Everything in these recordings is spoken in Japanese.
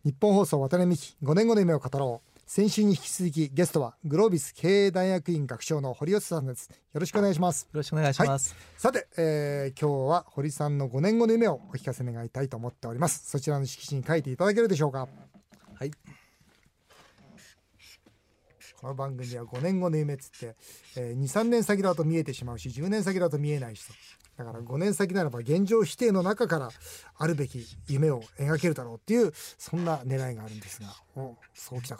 日本放送渡辺美希5年後の夢を語ろう。先週に引き続きゲストはグロービス経営大学院学長の堀悦さんです。よろしくお願いします。 よろしくお願いします、 さて、今日は堀さんの5年後の夢をお聞かせ願いたいと思っております。そちらの色紙に書いていただけるでしょうか。 はい。 この番組は5年後の夢っつって、2、3年先だと見えてしまうし、10年先だと見えないしと。だから5年先ならば現状否定の中からあるべき夢を描けるだろうっていう、そんな狙いがあるんですが、そうきたか。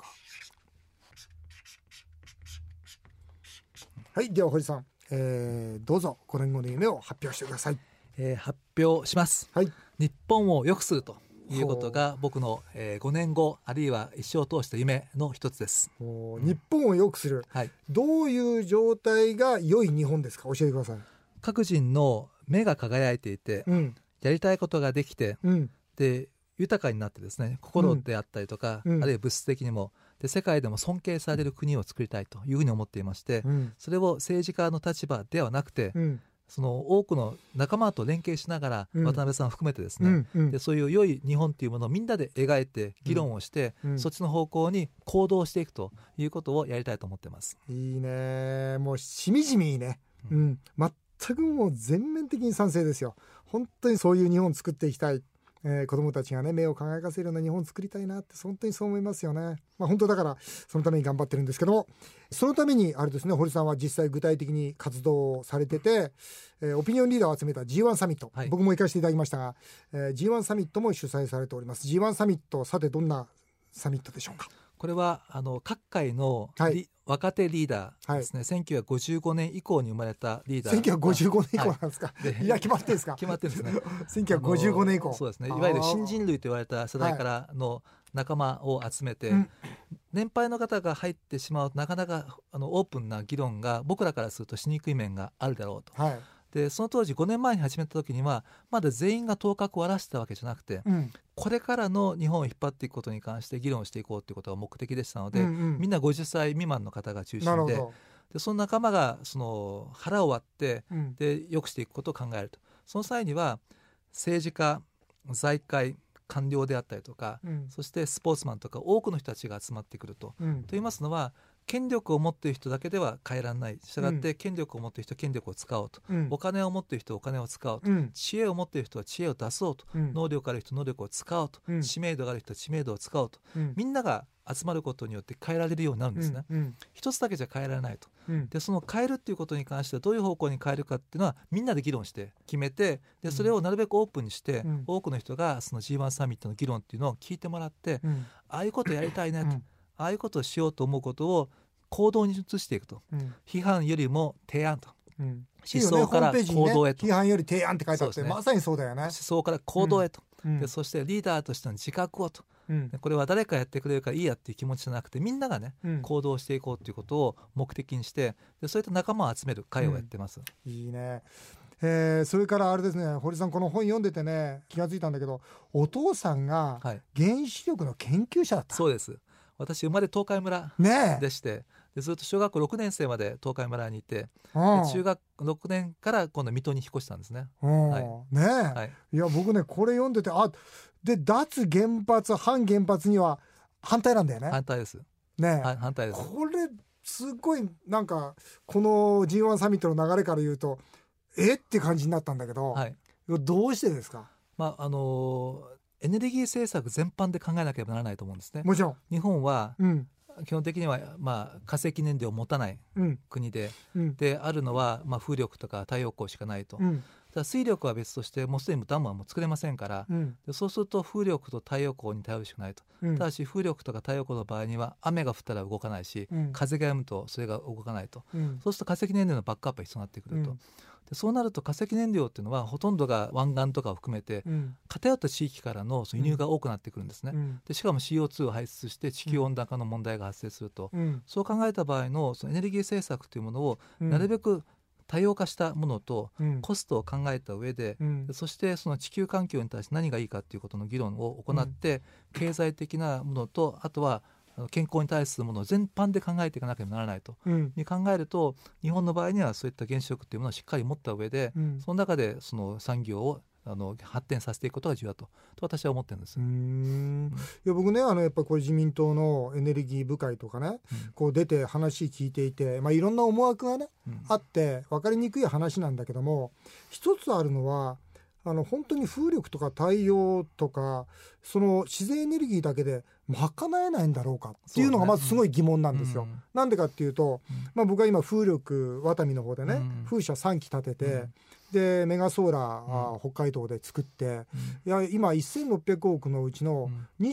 はい、では堀さん、どうぞ5年後の夢を発表してください。 発表します、 はい。 日本を良くするということが僕の、5年後あるいは一生を通した夢の一つです。 日本を良くする、 はい、 どういう状態が良い日本ですか。教えてください。 各人の目が輝いていて、やりたいことができて、で豊かになってですね、心であったりとか、あるいは物質的にもで世界でも尊敬される国を作りたいというふうに思っていまして、それを政治家の立場ではなくて、その多くの仲間と連携しながら、渡辺さん含めてですね、でそういう良い日本というものをみんなで描いて議論をして、そっちの方向に行動していくということをやりたいと思ってます。 いいね、もうしみじみいいね、全くもう全面的に賛成ですよ。本当にそういう日本を作っていきたい、子どもたちがね、目を輝かせるような日本を作りたいなって本当にそう思いますよね。本当だからそのために頑張ってるんですけども、そのためにあれですね、堀さんは実際具体的に活動をされてて、オピニオンリーダーを集めた G1 サミット、僕も行かせていただきましたが、G1 サミットも主催されております。 G1 サミット、さてどんなサミットでしょうか。これは各界の、若手リーダーですね、1955年以降に生まれたリーダー。 1955年以降なんですか。いや、決まってるんですか。 決まってるんですね。 1955年以降。 そうですね、いわゆる新人類と言われた世代からの仲間を集めて、年配の方が入ってしまうとなかなかオープンな議論が僕らからするとしにくい面があるだろうと。でその当時5年前に始めた時にはまだ全員が頭角を現してたわけじゃなくて、これからの日本を引っ張っていくことに関して議論していこうということが目的でしたので、みんな50歳未満の方が中心で、その仲間がその腹を割って、で良くしていくことを考えると。その際には政治家、財界、官僚であったりとか、そしてスポーツマンとか多くの人たちが集まってくると。と言いますのは、権力を持っている人だけでは変えられない。したがって権力を持っている人は権力を使おうと、お金を持っている人はお金を使おうと、知恵を持っている人は知恵を出そうと、能力ある人は能力を使おうと、知名度がある人は知名度を使おうと、みんなが集まることによって変えられるようになるんですね。一つだけじゃ変えられないと。でその変えるっていうことに関してはどういう方向に変えるかっていうのはみんなで議論して決めて、でそれをなるべくオープンにして、多くの人がその G1 サミットの議論っていうのを聞いてもらって、ああいうことやりたいねと、ああいうことをしようと思うことを行動に移していくと、批判よりも提案と、思想から行動へと、 批判より提案って書いてあって、まさにそうだよね。 思想から行動へと、でそしてリーダーとしての自覚をと、これは誰かやってくれるからいいやっていう気持ちじゃなくて、みんながね、行動していこうということを目的にして、でそういった仲間を集める会をやってます。 いいね。それからあれですね、堀さん、この本読んでてね気がついたんだけど、お父さんが原子力の研究者だった。 そうです。私生まれ東海村でして、でずっと小学校6年生まで東海村にいて、中学6年から今度水戸に引っ越したんですね。いや僕ねこれ読んでて、で脱原発反原発には反対なんだよね。 反対です反対です。 これすごいなんかこの G1 サミットの流れから言うとって感じになったんだけど、どうしてですか。 エネルギー政策全般で考えなければならないと思うんですね。 もちろん日本は、基本的には、化石燃料を持たない国で、であるのは、風力とか太陽光しかないと。ただ水力は別としてもうすでにダムはもう作れませんから、でそうすると風力と太陽光に頼るしかないと。ただし風力とか太陽光の場合には雨が降ったら動かないし、風が止むとそれが動かないと。そうすると化石燃料のバックアップが必要になってくると。でそうなると化石燃料っていうのはほとんどが湾岸とかを含めて、偏った地域からの輸入が多くなってくるんですね。でしかも CO2 を排出して地球温暖化の問題が発生すると、そう考えた場合のそのエネルギー政策というものをなるべく多様化したものとコストを考えた上で、そしてその地球環境に対して何がいいかということの議論を行って、経済的なものとあとは健康に対するものを全般で考えていかなければならないと、考えると日本の場合にはそういった原子力というものをしっかり持った上で、その中でその産業を発展させていくことが重要だと私は思ってるんです。 いや僕ねやっぱりこれ自民党のエネルギー部会とかね、こう出て話聞いていて、いろんな思惑がね、あって分かりにくい話なんだけども、一つあるのは本当に風力とか太陽とかその自然エネルギーだけで賄えないんだろうかっていうのがまずすごい疑問なんですよ。なんでかっていうと、僕は今風力ワタミの方でね、風車3基建てて、でメガソーラー、北海道で作って、いや今1600億のうちの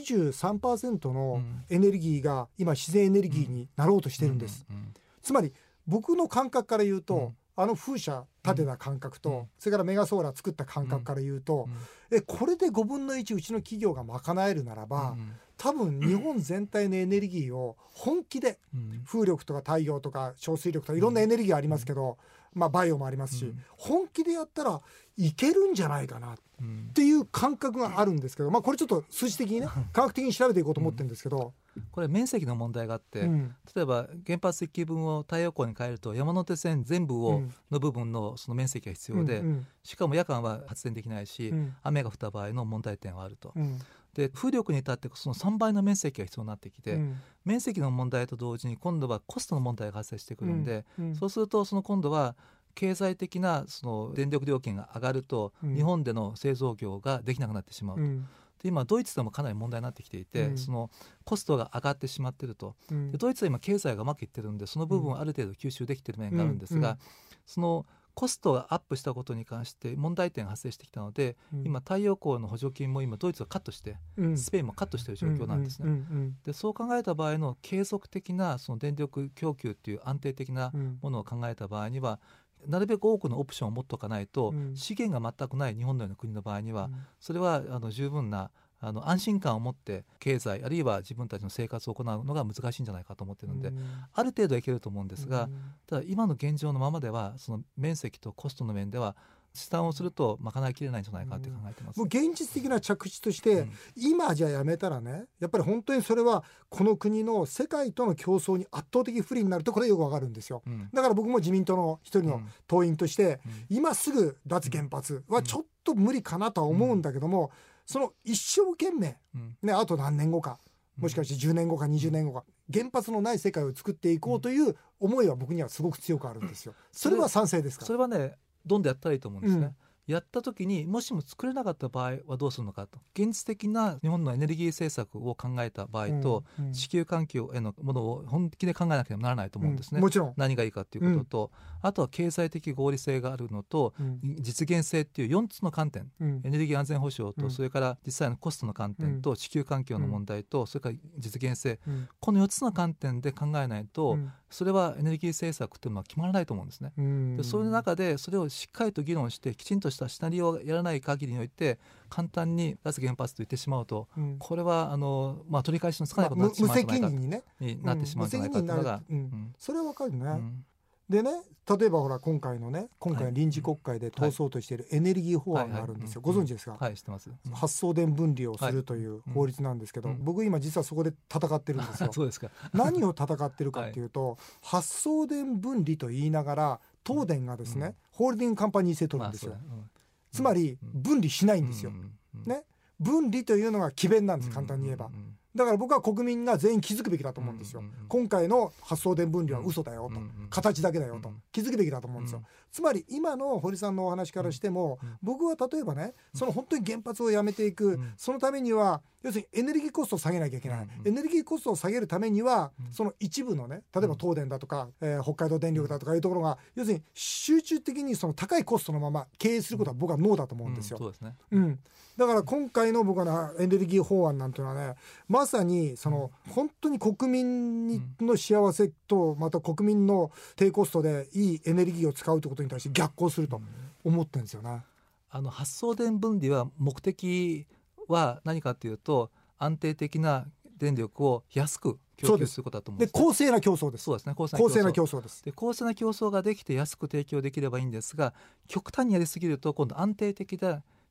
23% のエネルギーが今自然エネルギーになろうとしてるんです。つまり僕の感覚から言うと、風車建てた感覚と、それからメガソーラー作った感覚から言うと、これで5分の1うちの企業が賄えるならば、多分日本全体のエネルギーを本気で、風力とか太陽とか小水力とかいろんなエネルギーありますけど、バイオもありますし、本気でやったらいけるんじゃないかなっていう感覚があるんですけど、これちょっと数字的にね科学的に調べていこうと思ってるんですけど、 これ面積の問題があって、例えば原発1基分を太陽光に変えると山手線全部の部分のその面積が必要で、しかも夜間は発電できないし、雨が降った場合の問題点はあると。で風力に至ってその3倍の面積が必要になってきて、面積の問題と同時に今度はコストの問題が発生してくるんで、そうするとその今度は経済的なその電力料金が上がると、日本での製造業ができなくなってしまうと。で今ドイツでもかなり問題になってきていて、そのコストが上がってしまっていると。でドイツは今経済がうまくいってるんでその部分はある程度吸収できている面があるんですが、そのコストがアップしたことに関して問題点が発生してきたので、今太陽光の補助金も今ドイツはカットして、スペインもカットしている状況なんですね。でそう考えた場合の継続的なその電力供給っていう安定的なものを考えた場合には、なるべく多くのオプションを持っておかないと、資源が全くない日本のような国の場合には、それは十分な安心感を持って経済あるいは自分たちの生活を行うのが難しいんじゃないかと思っているので、ある程度はいけると思うんですが、ただ今の現状のままではその面積とコストの面では試算をすると賄いきれないんじゃないかって考えてます。 もう現実的な着地として、今じゃやめたらね、やっぱり本当にそれはこの国の世界との競争に圧倒的不利になると、これよくわかるんですよ。だから僕も自民党の一人の党員として、今すぐ脱原発はちょっと無理かなとは思うんだけども、その一生懸命、あと何年後か、もしかして10年後か20年後か、原発のない世界を作っていこうという思いは僕にはすごく強くあるんですよ。それは賛成ですか？ それはね、どんどんやったらいいと思うんですね。やった時にもしも作れなかった場合はどうするのかと、現実的な日本のエネルギー政策を考えた場合と、地球環境へのものを本気で考えなければならないと思うんですね。 もちろん何がいいかということと、あとは経済的合理性があるのと、実現性っていう4つの観点、エネルギー安全保障と、それから実際のコストの観点と、地球環境の問題と、それから実現性、この4つの観点で考えないと、それはエネルギー政策というのは決まらないと思うんですね。でそういう中でそれをしっかりと議論してきちんとしたシナリオをやらない限りにおいて簡単に脱原発と言ってしまうと、これは取り返しのつかないことになってしまうじゃないか、になってしまうんじゃないかというのが、 それはわかるね。でね、例えばほら今回の臨時国会で通そうとしているエネルギー法案があるんですよ。ご存知ですか？ はい、知ってます。 発送電分離をするという法律なんですけど、僕今実はそこで戦ってるんですよ。 そうですか。 何を戦ってるかっていうと、発送電分離と言いながら東電がですね、ホールディングカンパニー制取るんですよ。つまり分離しないんですよ。ね、分離というのが詭弁なんです、簡単に言えば。だから僕は国民が全員気づくべきだと思うんですよ。今回の発送電分離は嘘だよと、形だけだよと気づくべきだと思うんですよ。つまり今の堀さんのお話からしても、僕は例えばね、その本当に原発をやめていく、そのためには要するにエネルギーコストを下げなきゃいけない、エネルギーコストを下げるためには、その一部のね、例えば東電だとか、北海道電力だとかいうところが要するに集中的にその高いコストのまま経営することは僕はノーだと思うんですよ。 そうですね。 だから今回の僕はエネルギー法案なんていうのはね、まさにその本当に国民の幸せと、また国民の低コストでいいエネルギーを使うということに対して逆行すると思ってるんですよね。 発送電分離は目的は何かというと、安定的な電力を安く供給することだと思うんです。 で公正な競争です。 そうですね、公正な競争です。 で公正な競争ができて安く提供できればいいんですが、極端にやりすぎると今度安定的な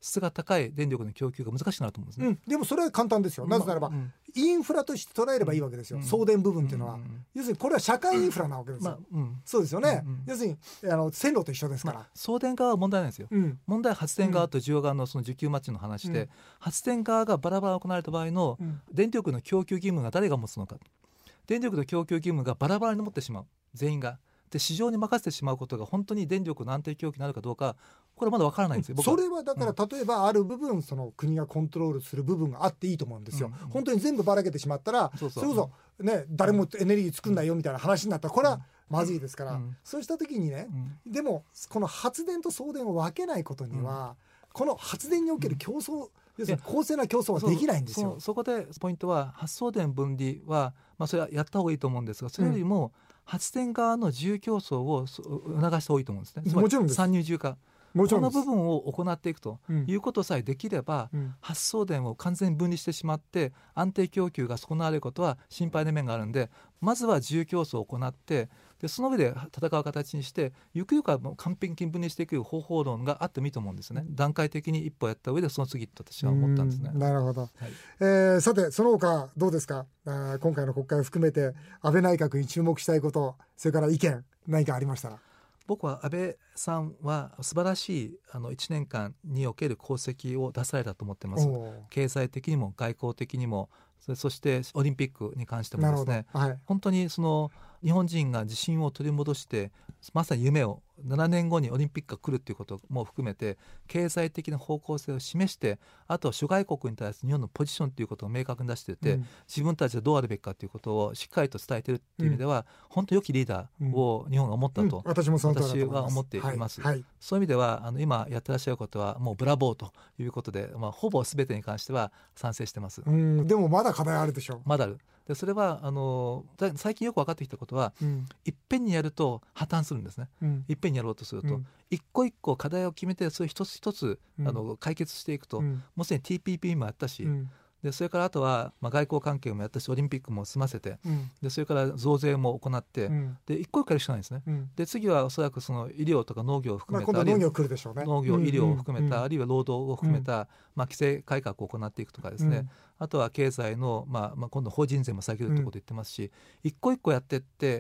質が高い電力の供給が難しくなると思うんですね。 でもそれは簡単ですよ。なぜならば、インフラとして捉えればいいわけですよ、送電部分っていうのは。要するにこれは社会インフラなわけですよ。そうですよね。要するに線路と一緒ですから。 送電側は問題ないんですよ。問題は発電側と需要側のその需給マッチの話で、発電側がバラバラ行われた場合の電力の供給義務が誰が持つのか。電力の供給義務がバラバラに持ってしまう、全員がで市場に任せてしまうことが本当に電力の安定供給になるかどうか、これはまだ分からないんですよ。 それはだから例えばある部分、その国がコントロールする部分があっていいと思うんですよ。本当に全部ばらけてしまったら、それこそね、誰もエネルギー作んないよみたいな話になったらこれはまずいですから、そうした時にね、でもこの発電と送電を分けないことには、この発電における競争、要するに公正な競争はできないんですよ。 そこでポイントは、発送電分離は、それはやった方がいいと思うんですが、それよりも発電側の自由競争を促した方がいいと思うんですね。 もちろんです。 参入自由化、この部分を行っていくということさえできれば、発送電を完全に分離してしまって安定供給が損なわれることは心配な面があるので、まずは自由競争を行って、でその上で戦う形にして、ゆくゆくは完璧に分離していく方法論があってもいいと思うんですね。段階的に一歩やった上でその次と私は思ったんですね。 なるほど、さてその他どうですか。今回の国会を含めて安倍内閣に注目したいこと、それから意見何かありましたら。 僕は安倍さんは素晴らしい1年間における功績を出されたと思っています。経済的にも外交的にも、そしてオリンピックに関してもですね、本当にその日本人が自信を取り戻して、まさに夢を7年後にオリンピックが来るということも含めて経済的な方向性を示して、あとは諸外国に対する日本のポジションということを明確に出していて、自分たちはどうあるべきかということをしっかりと伝えているという意味では、本当に良きリーダーを日本が思ったと、 私もその通りだと思います。 私は思っています。そういう意味では今やってらっしゃることはもうブラボーということで、ほぼ全てに関しては賛成してます。 でもまだ課題あるでしょう。 まだある。でそれは最近よく分かってきたことは、いっぺんにやると破綻するんですね。いっぺんにやろうとすると、一個一個課題を決めて、それ一つ一つ解決していくと、もうすでに TPP もやったし、でそれからあとは外交関係もやったし、オリンピックも済ませて、でそれから増税も行って、で一個一個やるしかないんですね。で次はおそらくその医療とか農業を含めた、 今度農業来るでしょうね。 農業、医療を含めた、あるいは労働を含めた、規制改革を行っていくとかですね、あとは経済の、今度法人税も下げるということを言ってますし、一個一個やっていって、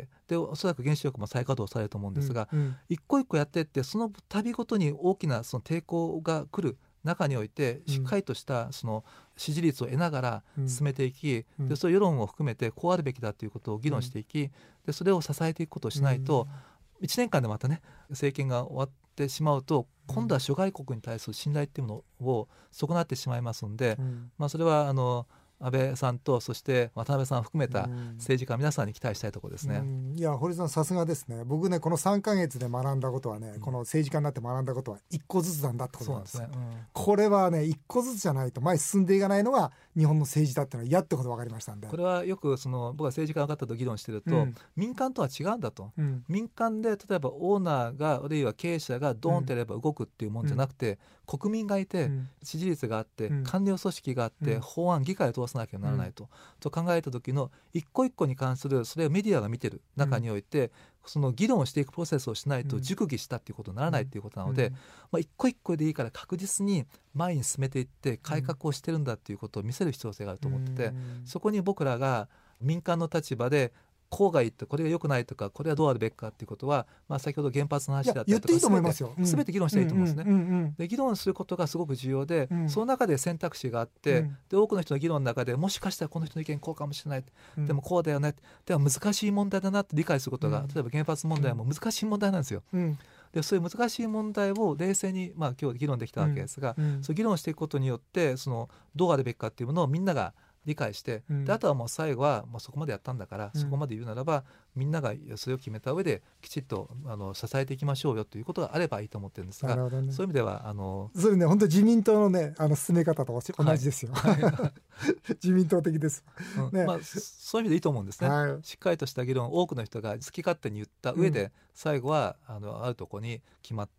でおそらく原子力も再稼働されると思うんですが、一個一個やっていって、その度ごとに大きなその抵抗が来る中において、しっかりとしたその支持率を得ながら進めていき、でそういう世論を含めてこうあるべきだということを議論していき、でそれを支えていくことをしないと、1年間でまたね政権が終わってしまうと、今度は諸外国に対する信頼っていうものを損なってしまいますので、それは安倍さんとそして渡辺さんを含めた政治家皆さんに期待したいところですね。 いや堀さんさすがですね。僕ねこの3ヶ月で学んだことはね、この政治家になって学んだことは1個ずつなんだってことなんです。これはね1個ずつじゃないと前に進んでいかないのが日本の政治だっていうのは嫌ってこと分かりましたんで、 これはよく僕は政治家の方と議論してると、民間とは違うんだと、民間で例えばオーナーがあるいは経営者がドーンとやれば動くっていうもんじゃなくて、国民がいて支持率があって、官僚組織があって、法案議会を通さなきゃならないと考えた時の一個一個に関する、それをメディアが見てる中において、その議論をしていくプロセスをしないと熟議したっていうことにならないっていうことなので、一個一個でいいから確実に前に進めていって改革をしてるんだっていうことを見せる必要性があると思ってて、そこに僕らが民間の立場でこうがいいと、これが良くないとか、これはどうあるべきかっていうことは、先ほど原発の話だったりとか全て議論したらいいと思うんですね。で議論することがすごく重要で、その中で選択肢があって、で多くの人の議論の中でもしかしたらこの人の意見こうかもしれない、でもこうだよね、でも難しい問題だなって理解することが、例えば原発問題も難しい問題なんですよ。でそういう難しい問題を冷静に、今日議論できたわけですが、そう議論していくことによって、どうあるべきかっていうものをみんなが理解して、であとはもう最後はもうそこまでやったんだから、そこまで言うならばみんながそれを決めた上できちっと支えていきましょうよということがあればいいと思ってるんですが、そういう意味ではそれね本当に自民党のね進め方と同じですよ、自民党的です、 そういう意味でいいと思うんですね、しっかりとした議論、多くの人が好き勝手に言った上で、最後はあるところに決まって、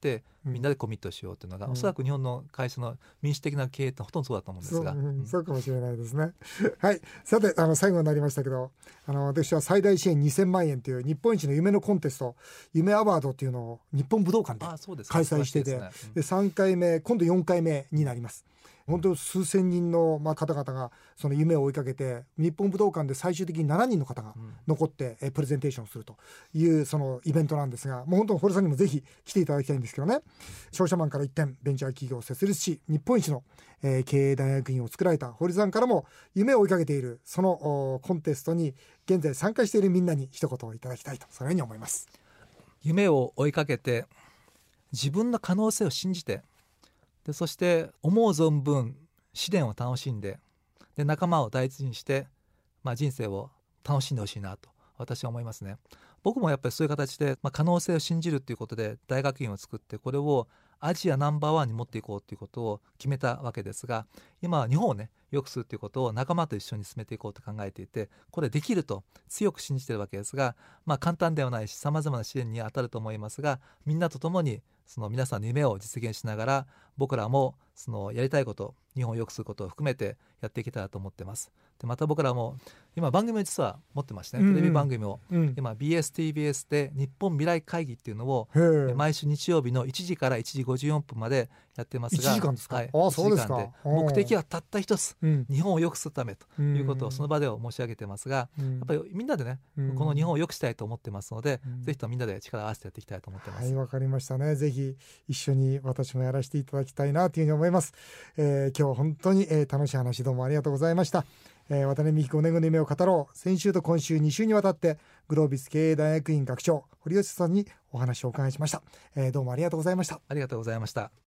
みんなでコミットしようというのが、おそらく日本の会社の民主的な経営ってほとんどそうだと思うんですが、 そうかもしれないですね。はい、さて最後になりましたけど、私は最大支援2000万円という日本一の夢のコンテスト、夢アワードというのを日本武道館で開催してて、で3回目、今度4回目になります。本当数千人の方々がその夢を追いかけて、日本武道館で最終的に7人の方が残ってプレゼンテーションをするというそのイベントなんですが、もう本当堀さんにもぜひ来ていただきたいんですけどね。商社マンから一転ベンチャー企業を設立し、日本一の経営大学院を作られた堀さんからも、夢を追いかけているそのコンテストに現在参加しているみんなに一言いただきたいと、そのように思います。 夢を追いかけて、自分の可能性を信じて、でそして思う存分試練を楽しんで、で仲間を大事にして、人生を楽しんでほしいなと私は思いますね。僕もやっぱりそういう形で、可能性を信じるということで大学院を作って、これをアジアナンバーワンに持っていこうということを決めたわけですが、今は日本をね良くするということを仲間と一緒に進めていこうと考えていて、これできると強く信じているわけですが、簡単ではないし様々な試練に当たると思いますが、みんなと共にその皆さんの夢を実現しながら、僕らもそのやりたいこと、日本を良くすることを含めてやっていけたらと思ってます。でまた僕らも今番組を実は持ってましてね、テレビ番組を、今 BS、TBS で日本未来会議っていうのを毎週日曜日の1時から1時54分までやってますが、 1時間ですか？ はい、 そうですか。 目的はたった一つ、日本を良くするためということをその場では申し上げてますが、やっぱりみんなでね、この日本を良くしたいと思ってますので、ぜひとみんなで力を合わせてやっていきたいと思ってます。 はい、わかりましたね。ぜひ一緒に私もやらせていただきたいなというふうに思います。今日本当に、楽しい話どうもありがとうございました。渡辺美希5年後の夢を語ろう。先週と今週2週にわたってグロービス経営大学院学長堀吉さんにお話をお伺いしました。どうもありがとうございました。 ありがとうございました。